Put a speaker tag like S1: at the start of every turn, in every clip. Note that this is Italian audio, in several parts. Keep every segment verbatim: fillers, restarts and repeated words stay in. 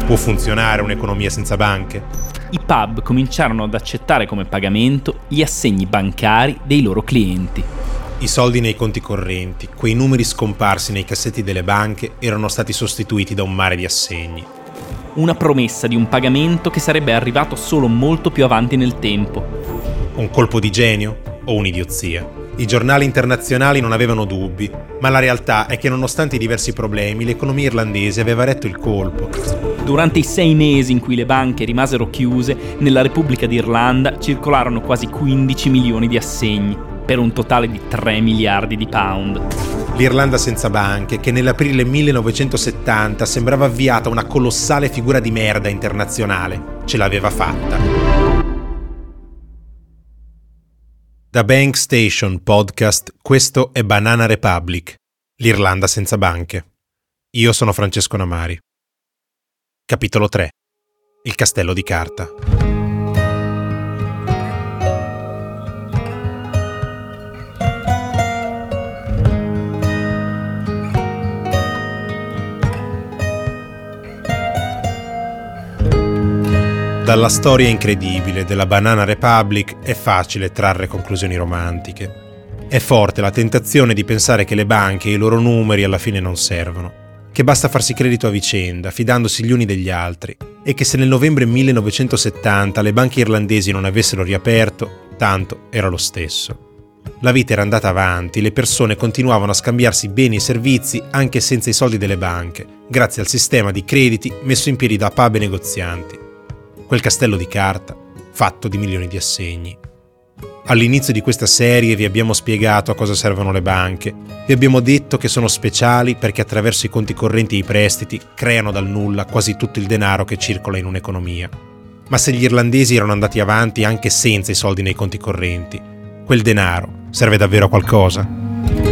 S1: Può funzionare un'economia senza banche?
S2: I pub cominciarono ad accettare come pagamento gli assegni bancari dei loro clienti.
S1: I soldi nei conti correnti, quei numeri scomparsi nei cassetti delle banche, erano stati sostituiti da un mare di assegni.
S2: Una promessa di un pagamento che sarebbe arrivato solo molto più avanti nel tempo.
S1: Un colpo di genio o un'idiozia? I giornali internazionali non avevano dubbi, ma la realtà è che nonostante i diversi problemi, l'economia irlandese aveva retto il colpo.
S2: Durante i sei mesi in cui le banche rimasero chiuse, nella Repubblica d'Irlanda circolarono quasi quindici milioni di assegni, per un totale di tre miliardi di pound.
S1: L'Irlanda senza banche, che nell'aprile millenovecentosettanta sembrava avviata una colossale figura di merda internazionale, ce l'aveva fatta. Da Bank Station Podcast, questo è Banana Republic, l'Irlanda senza banche. Io sono Francesco Namari. Capitolo tre. Il castello di carta. Dalla storia incredibile della Banana Republic è facile trarre conclusioni romantiche. È forte la tentazione di pensare che le banche e i loro numeri alla fine non servono, che basta farsi credito a vicenda, fidandosi gli uni degli altri, e che se nel novembre millenovecentosettanta le banche irlandesi non avessero riaperto, tanto era lo stesso. La vita era andata avanti, le persone continuavano a scambiarsi beni e servizi anche senza i soldi delle banche, grazie al sistema di crediti messo in piedi da pub e negozianti. Quel castello di carta, fatto di milioni di assegni. All'inizio di questa serie vi abbiamo spiegato a cosa servono le banche, vi abbiamo detto che sono speciali perché attraverso i conti correnti e i prestiti creano dal nulla quasi tutto il denaro che circola in un'economia. Ma se gli irlandesi erano andati avanti anche senza i soldi nei conti correnti, quel denaro serve davvero a qualcosa?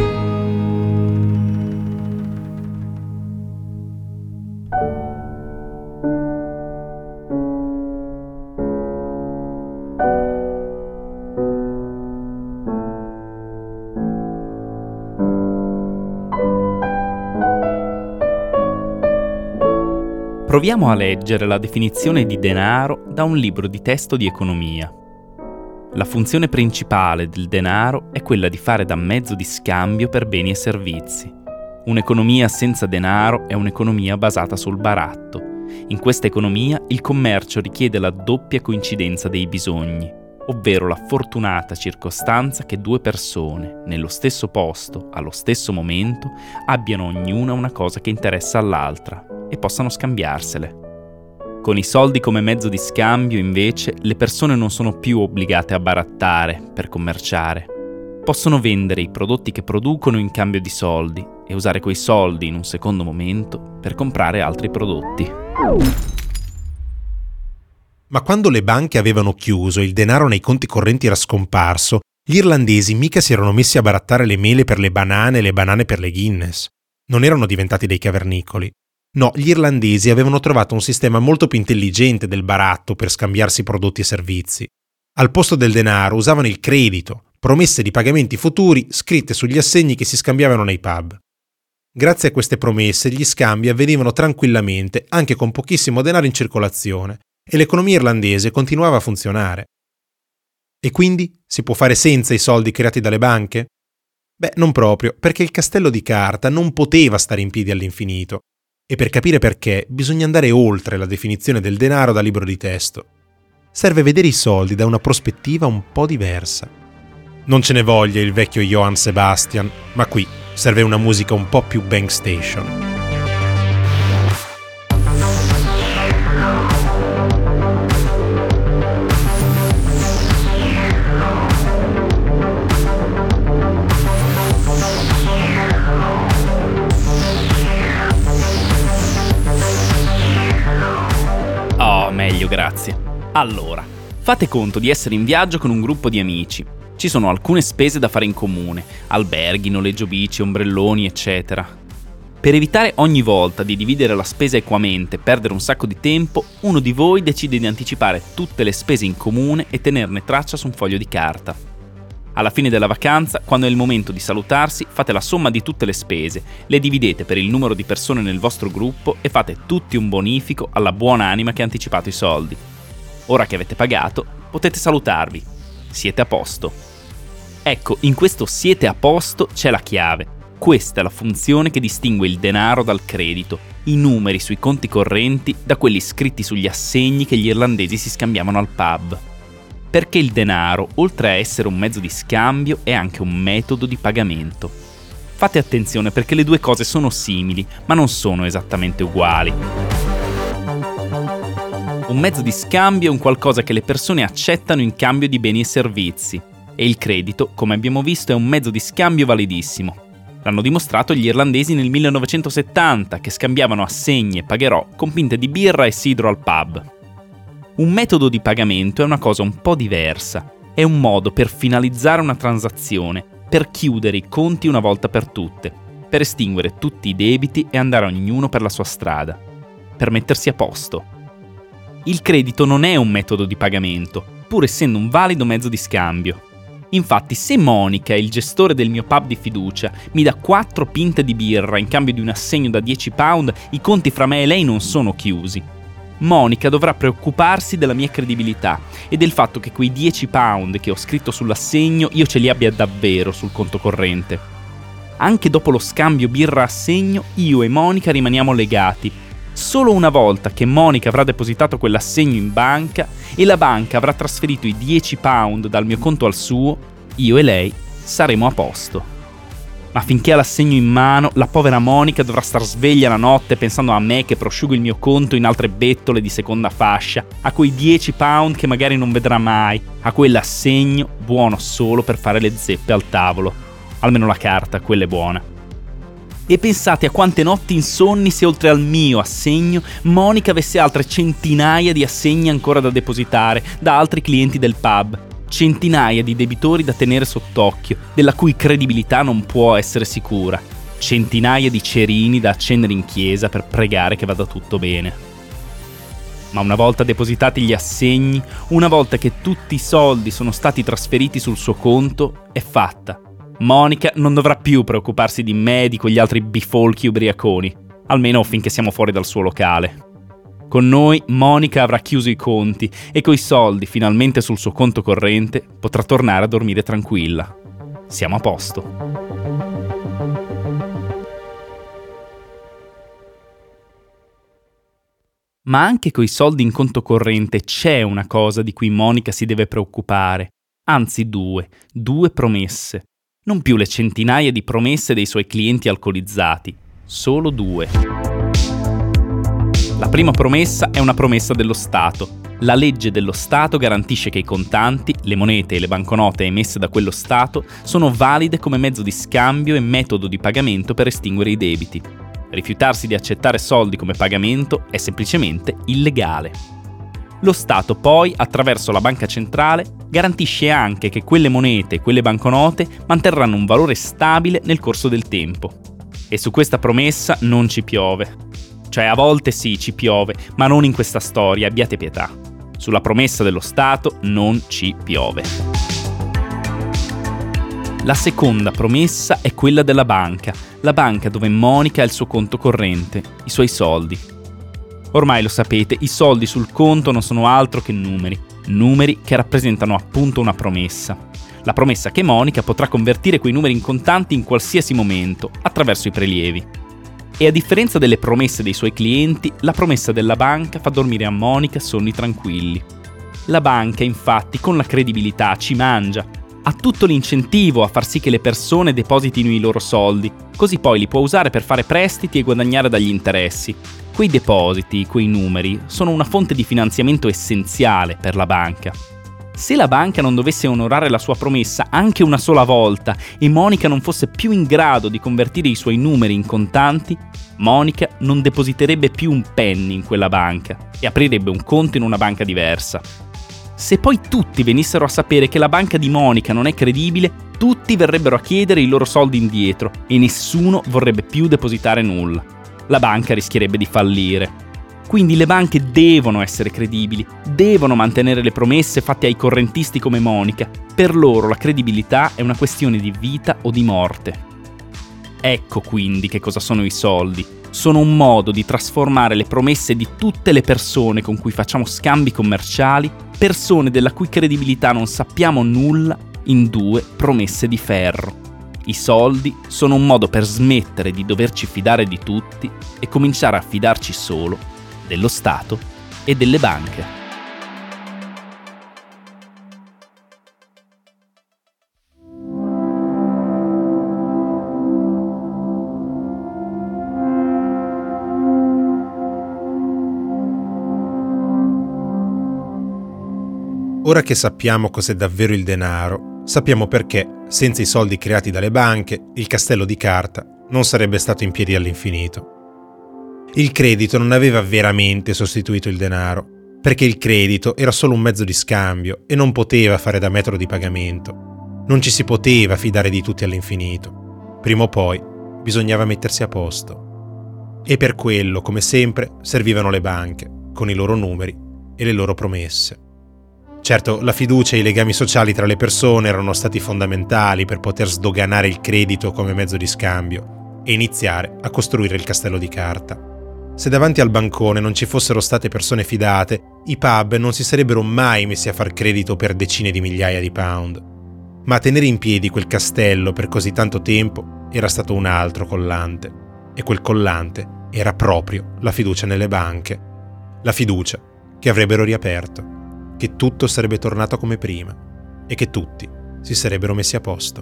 S2: Proviamo a leggere la definizione di denaro da un libro di testo di economia. La funzione principale del denaro è quella di fare da mezzo di scambio per beni e servizi. Un'economia senza denaro è un'economia basata sul baratto. In questa economia il commercio richiede la doppia coincidenza dei bisogni, ovvero la fortunata circostanza che due persone, nello stesso posto, allo stesso momento, abbiano ognuna una cosa che interessa all'altra e possano scambiarsele. Con i soldi come mezzo di scambio, invece, le persone non sono più obbligate a barattare per commerciare. Possono vendere i prodotti che producono in cambio di soldi e usare quei soldi in un secondo momento per comprare altri prodotti.
S1: Ma quando le banche avevano chiuso e il denaro nei conti correnti era scomparso, gli irlandesi mica si erano messi a barattare le mele per le banane e le banane per le Guinness. Non erano diventati dei cavernicoli. No, gli irlandesi avevano trovato un sistema molto più intelligente del baratto per scambiarsi prodotti e servizi. Al posto del denaro usavano il credito, promesse di pagamenti futuri scritte sugli assegni che si scambiavano nei pub. Grazie a queste promesse gli scambi avvenivano tranquillamente, anche con pochissimo denaro in circolazione, e l'economia irlandese continuava a funzionare. E quindi si può fare senza i soldi creati dalle banche? Beh, non proprio, perché il castello di carta non poteva stare in piedi all'infinito. E per capire perché bisogna andare oltre la definizione del denaro da libro di testo. Serve vedere i soldi da una prospettiva un po' diversa. Non ce ne voglia il vecchio Johann Sebastian, ma qui serve una musica un po' più Bank Station.
S2: Meglio, grazie. Allora, fate conto di essere in viaggio con un gruppo di amici. Ci sono alcune spese da fare in comune, alberghi, noleggio bici, ombrelloni, eccetera. Per evitare ogni volta di dividere la spesa equamente e perdere un sacco di tempo, uno di voi decide di anticipare tutte le spese in comune e tenerne traccia su un foglio di carta. Alla fine della vacanza, quando è il momento di salutarsi, fate la somma di tutte le spese, le dividete per il numero di persone nel vostro gruppo e fate tutti un bonifico alla buona anima che ha anticipato i soldi. Ora che avete pagato, potete salutarvi. Siete a posto. Ecco, in questo siete a posto c'è la chiave. Questa è la funzione che distingue il denaro dal credito, i numeri sui conti correnti da quelli scritti sugli assegni che gli irlandesi si scambiavano al pub. Perché il denaro, oltre a essere un mezzo di scambio, è anche un metodo di pagamento. Fate attenzione perché le due cose sono simili, ma non sono esattamente uguali. Un mezzo di scambio è un qualcosa che le persone accettano in cambio di beni e servizi, e il credito, come abbiamo visto, è un mezzo di scambio validissimo. L'hanno dimostrato gli irlandesi nel millenovecentosettanta, che scambiavano assegni e pagherò con pinte di birra e sidro al pub. Un metodo di pagamento è una cosa un po' diversa. È un modo per finalizzare una transazione, per chiudere i conti una volta per tutte, per estinguere tutti i debiti e andare ognuno per la sua strada, per mettersi a posto. Il credito non è un metodo di pagamento, pur essendo un valido mezzo di scambio. Infatti, se Monica, il gestore del mio pub di fiducia, mi dà quattro pinte di birra in cambio di un assegno da dieci pound, i conti fra me e lei non sono chiusi. Monica dovrà preoccuparsi della mia credibilità e del fatto che quei dieci pound che ho scritto sull'assegno io ce li abbia davvero sul conto corrente. Anche dopo lo scambio birra-assegno, io e Monica rimaniamo legati. Solo una volta che Monica avrà depositato quell'assegno in banca e la banca avrà trasferito i dieci pound dal mio conto al suo, io e lei saremo a posto. Ma finché ha l'assegno in mano, la povera Monica dovrà star sveglia la notte pensando a me che prosciugo il mio conto in altre bettole di seconda fascia, a quei dieci pound che magari non vedrà mai, a quell'assegno buono solo per fare le zeppe al tavolo. Almeno la carta, quella è buona. E pensate a quante notti insonni se oltre al mio assegno Monica avesse altre centinaia di assegni ancora da depositare da altri clienti del pub. Centinaia di debitori da tenere sott'occhio, della cui credibilità non può essere sicura. Centinaia di cerini da accendere in chiesa per pregare che vada tutto bene. Ma una volta depositati gli assegni, una volta che tutti i soldi sono stati trasferiti sul suo conto, è fatta. Monica non dovrà più preoccuparsi di me e di quegli altri bifolchi ubriaconi, almeno finché siamo fuori dal suo locale. Con noi Monica avrà chiuso i conti e coi soldi finalmente sul suo conto corrente potrà tornare a dormire tranquilla. Siamo a posto. Ma anche coi soldi in conto corrente c'è una cosa di cui Monica si deve preoccupare, anzi due, due promesse. Non più le centinaia di promesse dei suoi clienti alcolizzati, solo due. La prima promessa è una promessa dello Stato. La legge dello Stato garantisce che i contanti, le monete e le banconote emesse da quello Stato sono valide come mezzo di scambio e metodo di pagamento per estinguere i debiti. Rifiutarsi di accettare soldi come pagamento è semplicemente illegale. Lo Stato poi, attraverso la banca centrale, garantisce anche che quelle monete e quelle banconote manterranno un valore stabile nel corso del tempo. E su questa promessa non ci piove. Cioè a volte sì, ci piove, ma non in questa storia, abbiate pietà. Sulla promessa dello Stato non ci piove. La seconda promessa è quella della banca, la banca dove Monica ha il suo conto corrente, i suoi soldi. Ormai lo sapete, i soldi sul conto non sono altro che numeri, numeri che rappresentano appunto una promessa. La promessa che Monica potrà convertire quei numeri in contanti in qualsiasi momento, attraverso i prelievi. E a differenza delle promesse dei suoi clienti, la promessa della banca fa dormire a Monica sonni tranquilli. La banca, infatti, con la credibilità ci mangia. Ha tutto l'incentivo a far sì che le persone depositino i loro soldi, così poi li può usare per fare prestiti e guadagnare dagli interessi. Quei depositi, quei numeri, sono una fonte di finanziamento essenziale per la banca. Se la banca non dovesse onorare la sua promessa anche una sola volta e Monica non fosse più in grado di convertire i suoi numeri in contanti, Monica non depositerebbe più un penny in quella banca e aprirebbe un conto in una banca diversa. Se poi tutti venissero a sapere che la banca di Monica non è credibile, tutti verrebbero a chiedere i loro soldi indietro e nessuno vorrebbe più depositare nulla. La banca rischierebbe di fallire. Quindi le banche devono essere credibili, devono mantenere le promesse fatte ai correntisti come Monica. Per loro la credibilità è una questione di vita o di morte. Ecco quindi che cosa sono i soldi. Sono un modo di trasformare le promesse di tutte le persone con cui facciamo scambi commerciali, persone della cui credibilità non sappiamo nulla, in due promesse di ferro. I soldi sono un modo per smettere di doverci fidare di tutti e cominciare a fidarci solo dello Stato e delle banche.
S1: Ora che sappiamo cos'è davvero il denaro, sappiamo perché, senza i soldi creati dalle banche, il castello di carta non sarebbe stato in piedi all'infinito. Il credito non aveva veramente sostituito il denaro, perché il credito era solo un mezzo di scambio e non poteva fare da metodo di pagamento. Non ci si poteva fidare di tutti all'infinito. Prima o poi bisognava mettersi a posto. E per quello, come sempre, servivano le banche, con i loro numeri e le loro promesse. Certo, la fiducia e i legami sociali tra le persone erano stati fondamentali per poter sdoganare il credito come mezzo di scambio e iniziare a costruire il castello di carta. Se davanti al bancone non ci fossero state persone fidate, i pub non si sarebbero mai messi a far credito per decine di migliaia di pound. Ma a tenere in piedi quel castello per così tanto tempo era stato un altro collante. E quel collante era proprio la fiducia nelle banche. La fiducia che avrebbero riaperto, che tutto sarebbe tornato come prima e che tutti si sarebbero messi a posto.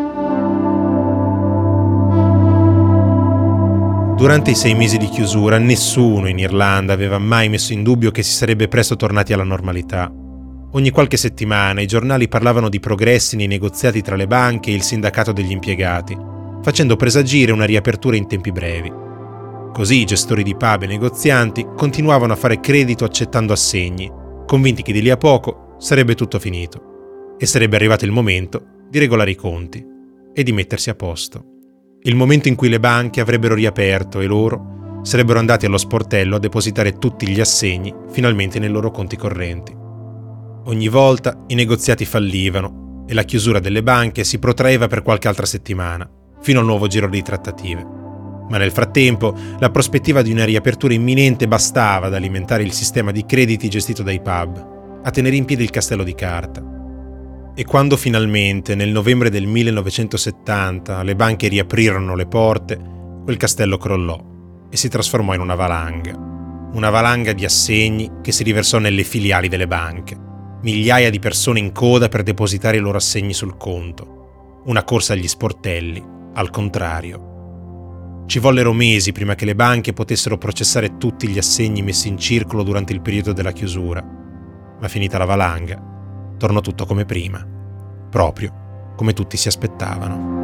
S1: Durante i sei mesi di chiusura nessuno in Irlanda aveva mai messo in dubbio che si sarebbe presto tornati alla normalità. Ogni qualche settimana i giornali parlavano di progressi nei negoziati tra le banche e il sindacato degli impiegati, facendo presagire una riapertura in tempi brevi. Così i gestori di pub e negozianti continuavano a fare credito accettando assegni, convinti che di lì a poco sarebbe tutto finito e sarebbe arrivato il momento di regolare i conti e di mettersi a posto. Il momento in cui le banche avrebbero riaperto e loro sarebbero andati allo sportello a depositare tutti gli assegni finalmente nei loro conti correnti. Ogni volta i negoziati fallivano e la chiusura delle banche si protraeva per qualche altra settimana, fino al nuovo giro di trattative. Ma nel frattempo la prospettiva di una riapertura imminente bastava ad alimentare il sistema di crediti gestito dai pub, a tenere in piedi il castello di carta. E quando finalmente, nel novembre del millenovecentosettanta, le banche riaprirono le porte, quel castello crollò e si trasformò in una valanga. Una valanga di assegni che si riversò nelle filiali delle banche. Migliaia di persone in coda per depositare i loro assegni sul conto. Una corsa agli sportelli, al contrario. Ci vollero mesi prima che le banche potessero processare tutti gli assegni messi in circolo durante il periodo della chiusura. Ma finita la valanga, tornò tutto come prima, proprio come tutti si aspettavano.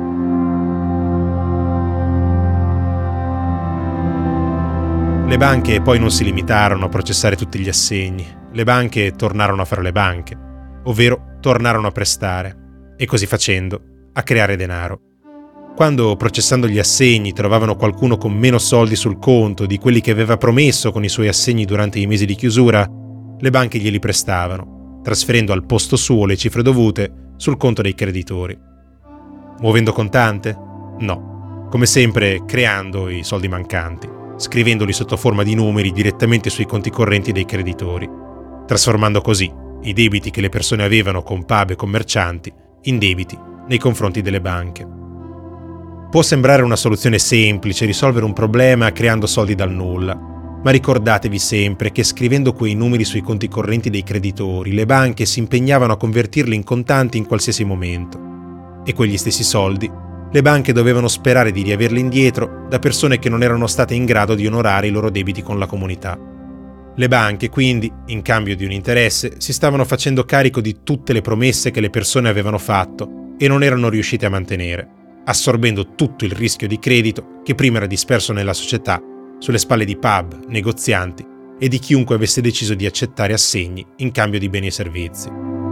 S1: Le banche poi non si limitarono a processare tutti gli assegni. Le banche tornarono a fare le banche, ovvero tornarono a prestare, e così facendo a creare denaro. Quando, processando gli assegni, trovavano qualcuno con meno soldi sul conto di quelli che aveva promesso con i suoi assegni durante i mesi di chiusura, le banche glieli prestavano, trasferendo al posto suo le cifre dovute sul conto dei creditori. Muovendo contante? No. Come sempre, creando i soldi mancanti, scrivendoli sotto forma di numeri direttamente sui conti correnti dei creditori, trasformando così i debiti che le persone avevano con pub e commercianti in debiti nei confronti delle banche. Può sembrare una soluzione semplice risolvere un problema creando soldi dal nulla, ma ricordatevi sempre che scrivendo quei numeri sui conti correnti dei creditori, le banche si impegnavano a convertirli in contanti in qualsiasi momento. E quegli stessi soldi, le banche dovevano sperare di riaverli indietro da persone che non erano state in grado di onorare i loro debiti con la comunità. Le banche, quindi, in cambio di un interesse, si stavano facendo carico di tutte le promesse che le persone avevano fatto e non erano riuscite a mantenere, assorbendo tutto il rischio di credito che prima era disperso nella società sulle spalle di pub, negozianti e di chiunque avesse deciso di accettare assegni in cambio di beni e servizi.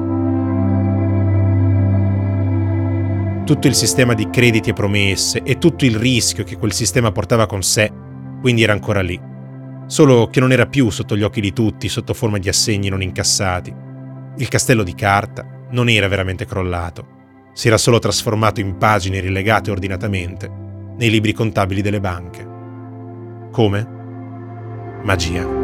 S1: Tutto il sistema di crediti e promesse e tutto il rischio che quel sistema portava con sé, quindi era ancora lì. solo che non era più sotto gli occhi di tutti sotto forma di assegni non incassati. Il castello di carta non era veramente crollato, si era solo trasformato in pagine rilegate ordinatamente nei libri contabili delle banche. Come? Magia.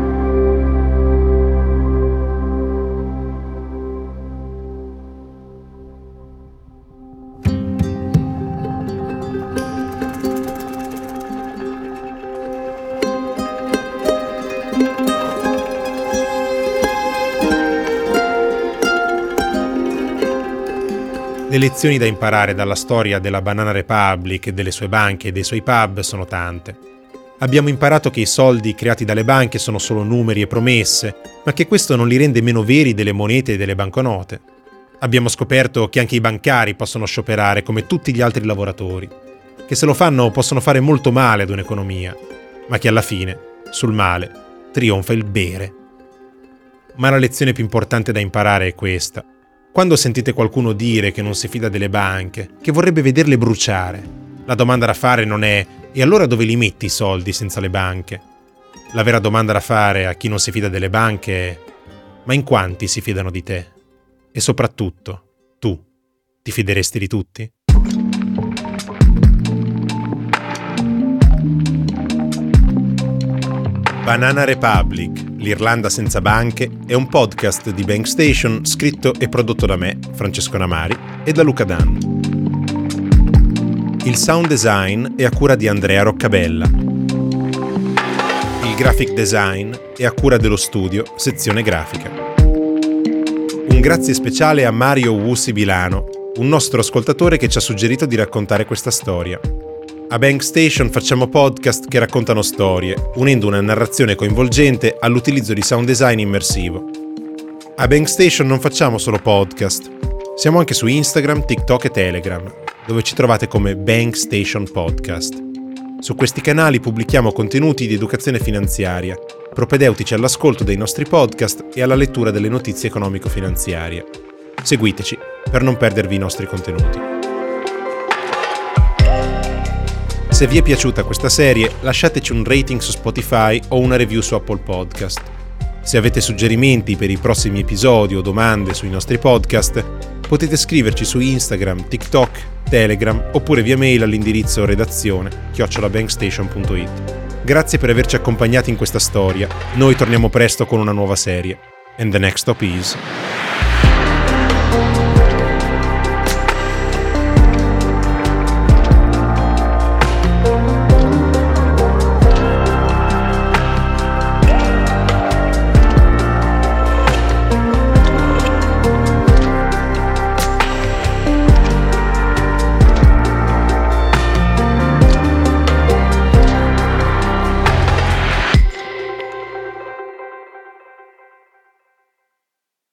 S1: Le lezioni da imparare dalla storia della Banana Republic e delle sue banche e dei suoi pub sono tante. Abbiamo imparato che i soldi creati dalle banche sono solo numeri e promesse, ma che questo non li rende meno veri delle monete e delle banconote. Abbiamo scoperto che anche i bancari possono scioperare come tutti gli altri lavoratori, che se lo fanno possono fare molto male ad un'economia, ma che alla fine, sul male, trionfa il bere. Ma la lezione più importante da imparare è questa. Quando sentite qualcuno dire che non si fida delle banche, che vorrebbe vederle bruciare, la domanda da fare non è «e allora dove li metti i soldi senza le banche?» La vera domanda da fare a chi non si fida delle banche è «ma in quanti si fidano di te?» E soprattutto, tu, ti fideresti di tutti? Banana Republic, l'Irlanda senza banche, è un podcast di Bank Station scritto e prodotto da me, Francesco Namari, e da Luca Dan. Il sound design è a cura di Andrea Roccabella. Il graphic design è a cura dello studio Sezione Grafica. Un grazie speciale a Mario Wussi Bilano, un nostro ascoltatore che ci ha suggerito di raccontare questa storia. A Bank Station facciamo podcast che raccontano storie, unendo una narrazione coinvolgente all'utilizzo di sound design immersivo. A Bank Station non facciamo solo podcast, siamo anche su Instagram, TikTok e Telegram, dove ci trovate come Bank Station Podcast. Su questi canali pubblichiamo contenuti di educazione finanziaria, propedeutici all'ascolto dei nostri podcast e alla lettura delle notizie economico-finanziarie. Seguiteci per non perdervi i nostri contenuti. Se vi è piaciuta questa serie, lasciateci un rating su Spotify o una review su Apple Podcast. Se avete suggerimenti per i prossimi episodi o domande sui nostri podcast, potete scriverci su Instagram, TikTok, Telegram oppure via mail all'indirizzo redazione chiocciola bankstation punto it. Grazie per averci accompagnati in questa storia. Noi torniamo presto con una nuova serie. And the next stop is...